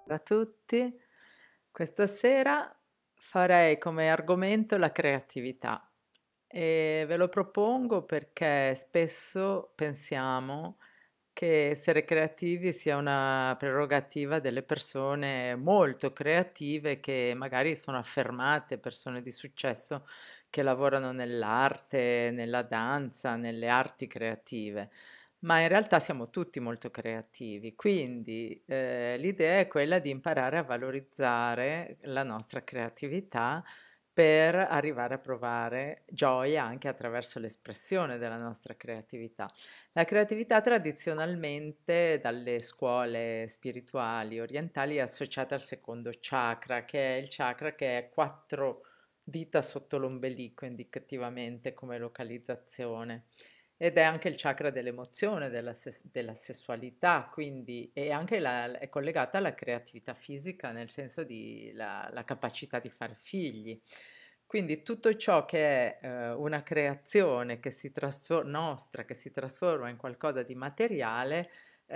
A tutti. Questa sera farei come argomento la creatività e ve lo propongo perché spesso pensiamo che essere creativi sia una prerogativa delle persone molto creative che magari sono affermate, persone di successo che lavorano nell'arte, nella danza, nelle arti creative. Ma in realtà siamo tutti molto creativi, quindi l'idea è quella di imparare a valorizzare la nostra creatività per arrivare a provare gioia anche attraverso l'espressione della nostra creatività. La creatività tradizionalmente dalle scuole spirituali orientali è associata al secondo chakra, che è il chakra che è quattro dita sotto l'ombelico indicativamente come localizzazione. Ed è anche il chakra dell'emozione, della sessualità, quindi è collegata alla creatività fisica, nel senso di la capacità di fare figli. Quindi tutto ciò che è una creazione che nostra, che si trasforma in qualcosa di materiale,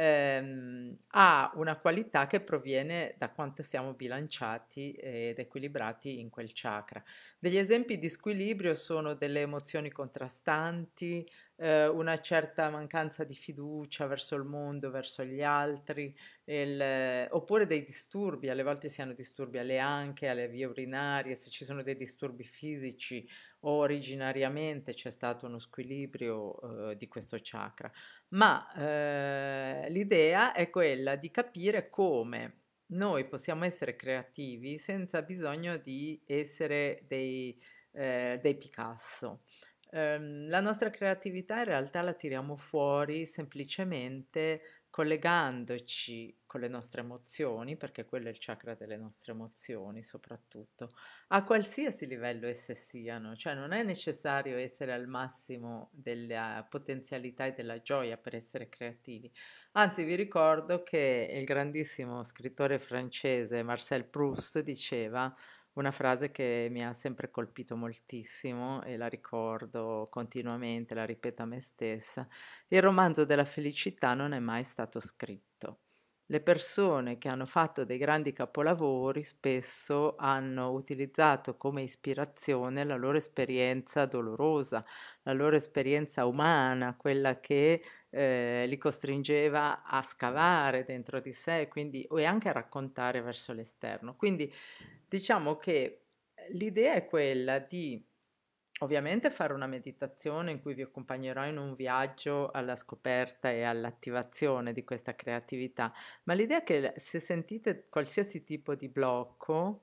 ha una qualità che proviene da quanto siamo bilanciati ed equilibrati in quel chakra. Degli esempi di squilibrio sono delle emozioni contrastanti, una certa mancanza di fiducia verso il mondo, verso gli altri, oppure dei disturbi, alle volte si hanno disturbi alle anche, alle vie urinarie, se ci sono dei disturbi fisici o originariamente c'è stato uno squilibrio di questo chakra. Ma l'idea è quella di capire come noi possiamo essere creativi senza bisogno di essere dei Picasso. La nostra creatività in realtà la tiriamo fuori semplicemente collegandoci con le nostre emozioni, perché quello è il chakra delle nostre emozioni soprattutto, a qualsiasi livello esse siano, cioè non è necessario essere al massimo della potenzialità e della gioia per essere creativi. Anzi, vi ricordo che il grandissimo scrittore francese Marcel Proust diceva una frase che mi ha sempre colpito moltissimo e la ricordo continuamente, la ripeto a me stessa. Il romanzo della felicità non è mai stato scritto. Le persone che hanno fatto dei grandi capolavori spesso hanno utilizzato come ispirazione la loro esperienza dolorosa, la loro esperienza umana, quella che li costringeva a scavare dentro di sé, quindi, e anche a raccontare verso l'esterno. Quindi diciamo che l'idea è quella di ovviamente fare una meditazione in cui vi accompagnerò in un viaggio alla scoperta e all'attivazione di questa creatività, ma l'idea è che se sentite qualsiasi tipo di blocco,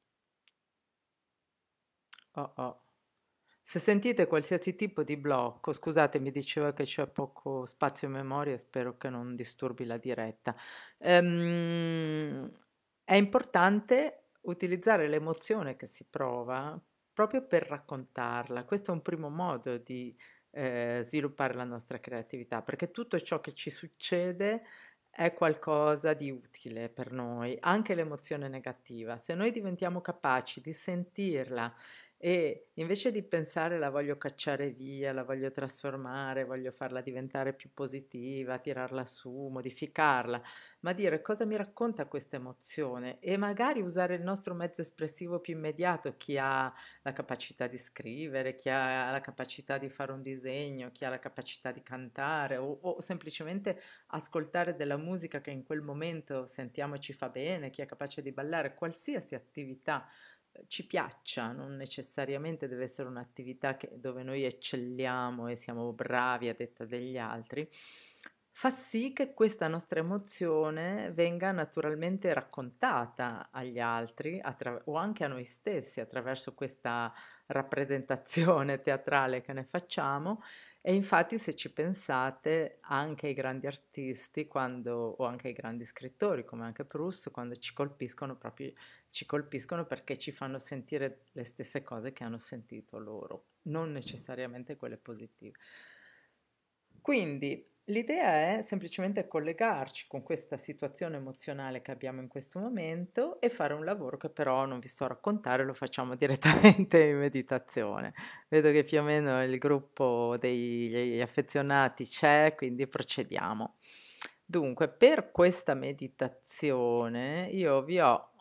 oh oh, se sentite qualsiasi tipo di blocco, scusate, mi diceva che c'è poco spazio in memoria, spero che non disturbi la diretta. Ehm, è importante utilizzare l'emozione che si prova proprio per raccontarla. Questo è un primo modo di sviluppare la nostra creatività, perché tutto ciò che ci succede è qualcosa di utile per noi, anche l'emozione negativa. Se noi diventiamo capaci di sentirla e invece di pensare la voglio cacciare via, la voglio trasformare, voglio farla diventare più positiva, tirarla su, modificarla, ma dire cosa mi racconta questa emozione e magari usare il nostro mezzo espressivo più immediato, chi ha la capacità di scrivere, chi ha la capacità di fare un disegno, chi ha la capacità di cantare o semplicemente ascoltare della musica che in quel momento sentiamo e ci fa bene, chi è capace di ballare, qualsiasi attività ci piaccia, non necessariamente deve essere un'attività dove noi eccelliamo e siamo bravi a detta degli altri, fa sì che questa nostra emozione venga naturalmente raccontata agli altri o anche a noi stessi attraverso questa rappresentazione teatrale che ne facciamo. E infatti, se ci pensate, anche i grandi artisti, o anche i grandi scrittori, come anche Proust, quando ci colpiscono, proprio ci colpiscono perché ci fanno sentire le stesse cose che hanno sentito loro, non necessariamente quelle positive. Quindi l'idea è semplicemente collegarci con questa situazione emozionale che abbiamo in questo momento e fare un lavoro che però non vi sto a raccontare, lo facciamo direttamente in meditazione. Vedo che più o meno il gruppo degli affezionati c'è, quindi procediamo. Dunque, per questa meditazione io vi ho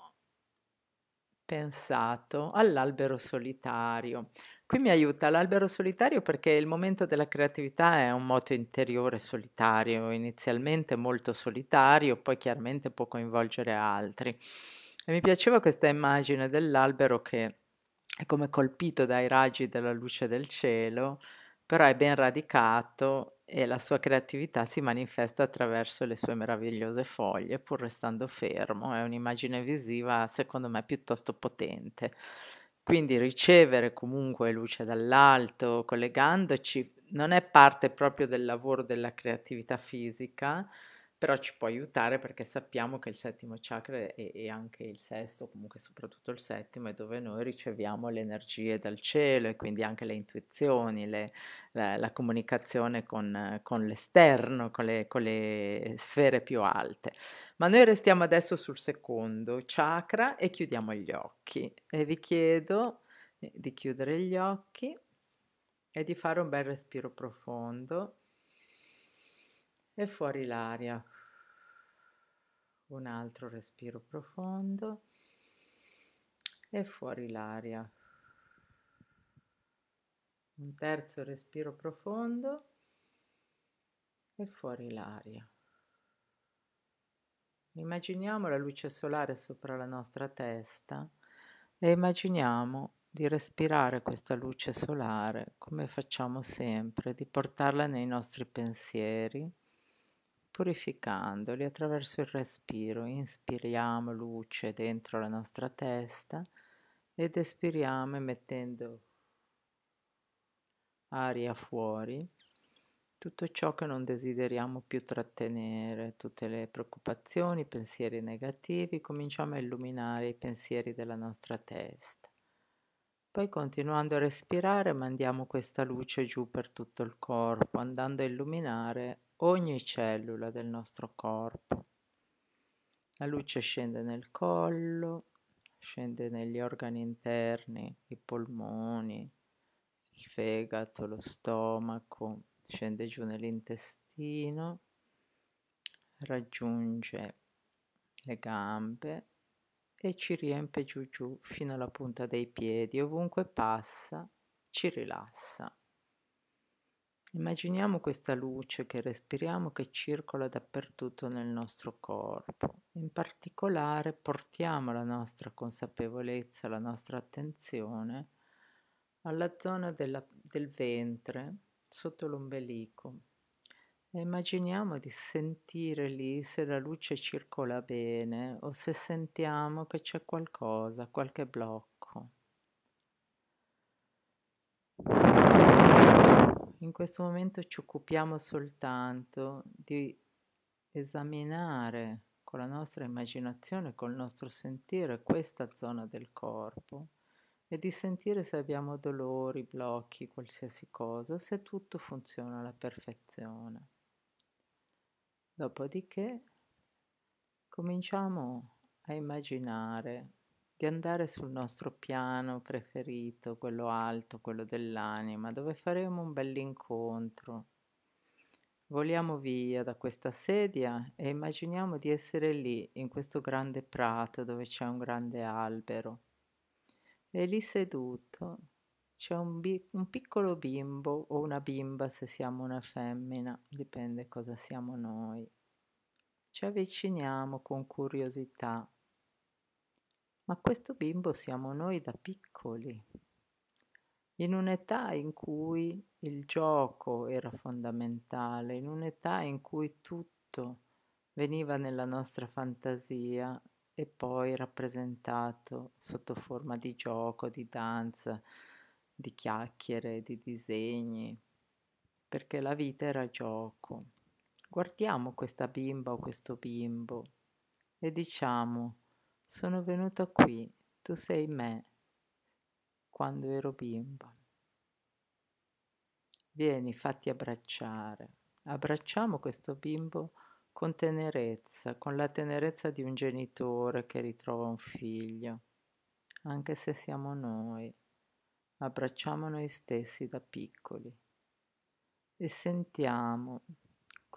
pensato all'albero solitario. Qui mi aiuta l'albero solitario perché il momento della creatività è un moto interiore solitario, inizialmente molto solitario, poi chiaramente può coinvolgere altri. E mi piaceva questa immagine dell'albero che è come colpito dai raggi della luce del cielo, però è ben radicato e la sua creatività si manifesta attraverso le sue meravigliose foglie, pur restando fermo. È un'immagine visiva, secondo me, piuttosto potente. Quindi ricevere comunque luce dall'alto, collegandoci, non è parte proprio del lavoro della creatività fisica, però ci può aiutare perché sappiamo che il settimo chakra e anche il sesto, comunque soprattutto il settimo, è dove noi riceviamo le energie dal cielo e quindi anche le intuizioni, la comunicazione con l'esterno, con le sfere più alte. Ma noi restiamo adesso sul secondo chakra e chiudiamo gli occhi. E vi chiedo di chiudere gli occhi e di fare un bel respiro profondo e fuori l'aria. Un altro respiro profondo e fuori l'aria. Un terzo respiro profondo e fuori l'aria. Immaginiamo la luce solare sopra la nostra testa e immaginiamo di respirare questa luce solare come facciamo sempre, di portarla nei nostri pensieri, purificandoli attraverso il respiro. Inspiriamo luce dentro la nostra testa ed espiriamo emettendo aria fuori, tutto ciò che non desideriamo più trattenere, tutte le preoccupazioni, i pensieri negativi, cominciamo a illuminare i pensieri della nostra testa. Poi continuando a respirare mandiamo questa luce giù per tutto il corpo, andando a illuminare ogni cellula del nostro corpo. La luce scende nel collo, scende negli organi interni, i polmoni, il fegato, lo stomaco, scende giù nell'intestino, raggiunge le gambe e ci riempie giù giù fino alla punta dei piedi, ovunque passa ci rilassa. Immaginiamo questa luce che respiriamo che circola dappertutto nel nostro corpo. In particolare portiamo la nostra consapevolezza, la nostra attenzione alla zona del ventre sotto l'ombelico e immaginiamo di sentire lì se la luce circola bene o se sentiamo che c'è qualcosa, qualche blocco. In questo momento ci occupiamo soltanto di esaminare con la nostra immaginazione, col nostro sentire questa zona del corpo e di sentire se abbiamo dolori, blocchi, qualsiasi cosa, o se tutto funziona alla perfezione. Dopodiché cominciamo a immaginare di andare sul nostro piano preferito, quello alto, quello dell'anima, dove faremo un bell'incontro. Voliamo via da questa sedia e immaginiamo di essere lì, in questo grande prato dove c'è un grande albero. E lì seduto c'è un piccolo bimbo o una bimba se siamo una femmina, dipende cosa siamo noi. Ci avviciniamo con curiosità, ma questo bimbo siamo noi da piccoli, in un'età in cui il gioco era fondamentale, in un'età in cui tutto veniva nella nostra fantasia e poi rappresentato sotto forma di gioco, di danza, di chiacchiere, di disegni, perché la vita era gioco. Guardiamo questa bimba o questo bimbo e diciamo, sono venuta qui, tu sei me, quando ero bimba. Vieni, fatti abbracciare. Abbracciamo questo bimbo con tenerezza, con la tenerezza di un genitore che ritrova un figlio, anche se siamo noi. Abbracciamo noi stessi da piccoli e sentiamo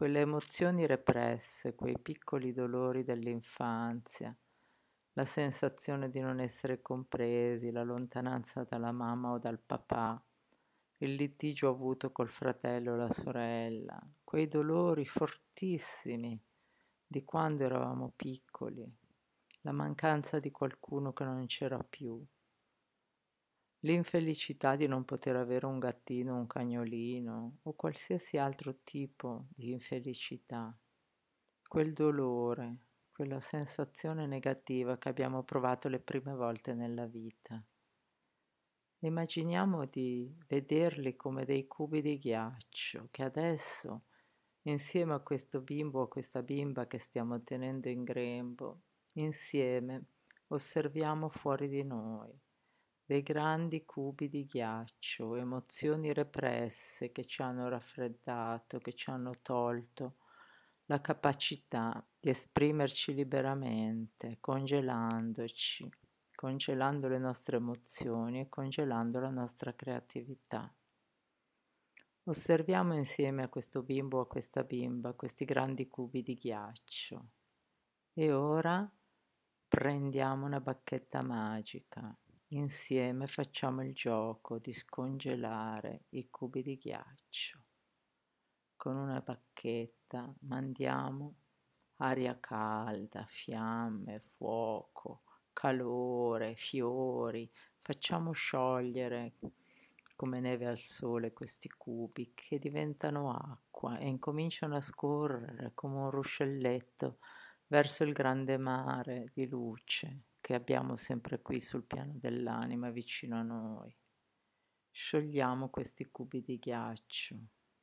quelle emozioni represse, quei piccoli dolori dell'infanzia, la sensazione di non essere compresi, la lontananza dalla mamma o dal papà, il litigio avuto col fratello o la sorella, quei dolori fortissimi di quando eravamo piccoli, la mancanza di qualcuno che non c'era più, l'infelicità di non poter avere un gattino, un cagnolino o qualsiasi altro tipo di infelicità, quel dolore, quella sensazione negativa che abbiamo provato le prime volte nella vita. Immaginiamo di vederli come dei cubi di ghiaccio che adesso, insieme a questo bimbo o a questa bimba che stiamo tenendo in grembo, insieme osserviamo fuori di noi dei grandi cubi di ghiaccio, emozioni represse che ci hanno raffreddato, che ci hanno tolto la capacità di esprimerci liberamente, congelandoci, congelando le nostre emozioni e congelando la nostra creatività. Osserviamo insieme a questo bimbo o a questa bimba questi grandi cubi di ghiaccio e ora prendiamo una bacchetta magica. Insieme facciamo il gioco di scongelare i cubi di ghiaccio. Con una bacchetta mandiamo aria calda, fiamme, fuoco, calore, fiori. Facciamo sciogliere come neve al sole questi cubi che diventano acqua e incominciano a scorrere come un ruscelletto verso il grande mare di luce che abbiamo sempre qui sul piano dell'anima vicino a noi. Sciogliamo questi cubi di ghiaccio.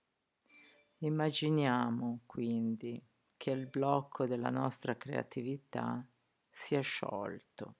Immaginiamo quindi che il blocco della nostra creatività sia sciolto.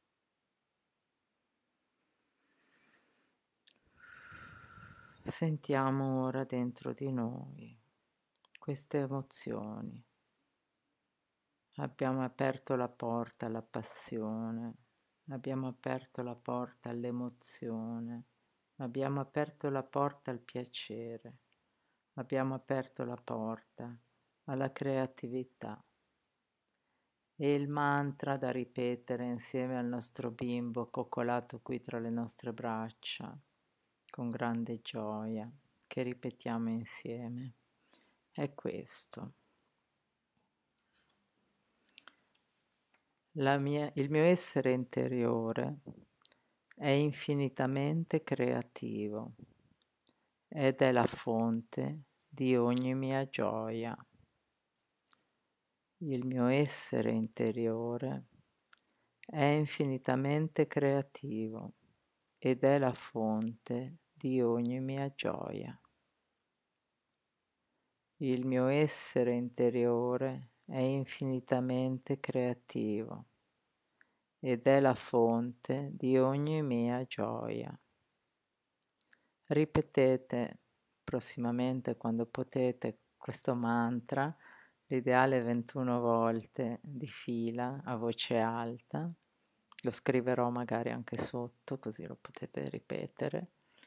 Sentiamo ora dentro di noi queste emozioni. Abbiamo aperto la porta alla passione, abbiamo aperto la porta all'emozione, abbiamo aperto la porta al piacere, abbiamo aperto la porta alla creatività. E il mantra da ripetere insieme al nostro bimbo coccolato qui tra le nostre braccia, con grande gioia, che ripetiamo insieme, è questo. Il mio essere interiore è infinitamente creativo ed è la fonte di ogni mia gioia. Il mio essere interiore è infinitamente creativo ed è la fonte di ogni mia gioia. Il mio essere interiore è infinitamente creativo ed è la fonte di ogni mia gioia. Ripetete prossimamente quando potete questo mantra, l'ideale 21 volte di fila a voce alta. Lo scriverò magari anche sotto così lo potete ripetere.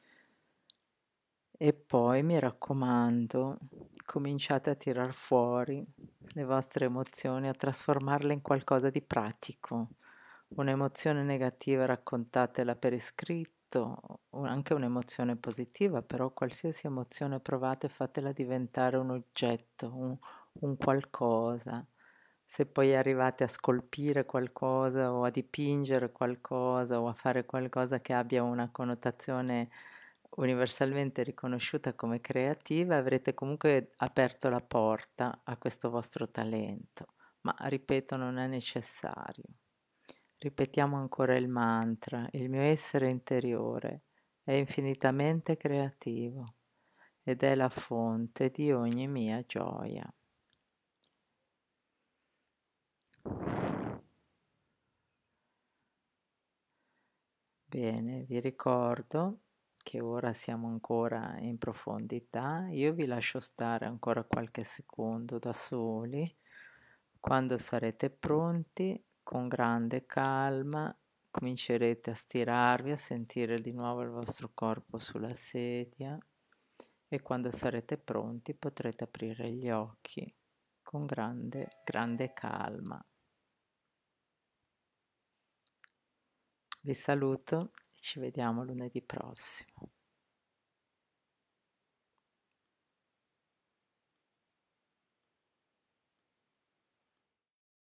E poi mi raccomando, cominciate a tirar fuori le vostre emozioni, a trasformarle in qualcosa di pratico. Un'emozione negativa raccontatela per iscritto, o anche un'emozione positiva, però qualsiasi emozione provate fatela diventare un oggetto, un qualcosa. Se poi arrivate a scolpire qualcosa o a dipingere qualcosa o a fare qualcosa che abbia una connotazione universalmente riconosciuta come creativa, avrete comunque aperto la porta a questo vostro talento. Ma ripeto, non è necessario. Ripetiamo ancora il mantra, il mio essere interiore è infinitamente creativo ed è la fonte di ogni mia gioia. Bene, vi ricordo che ora siamo ancora in profondità, io vi lascio stare ancora qualche secondo da soli, quando sarete pronti, con grande calma, comincerete a stirarvi, a sentire di nuovo il vostro corpo sulla sedia e quando sarete pronti potrete aprire gli occhi con grande, grande calma. Vi saluto e ci vediamo lunedì prossimo.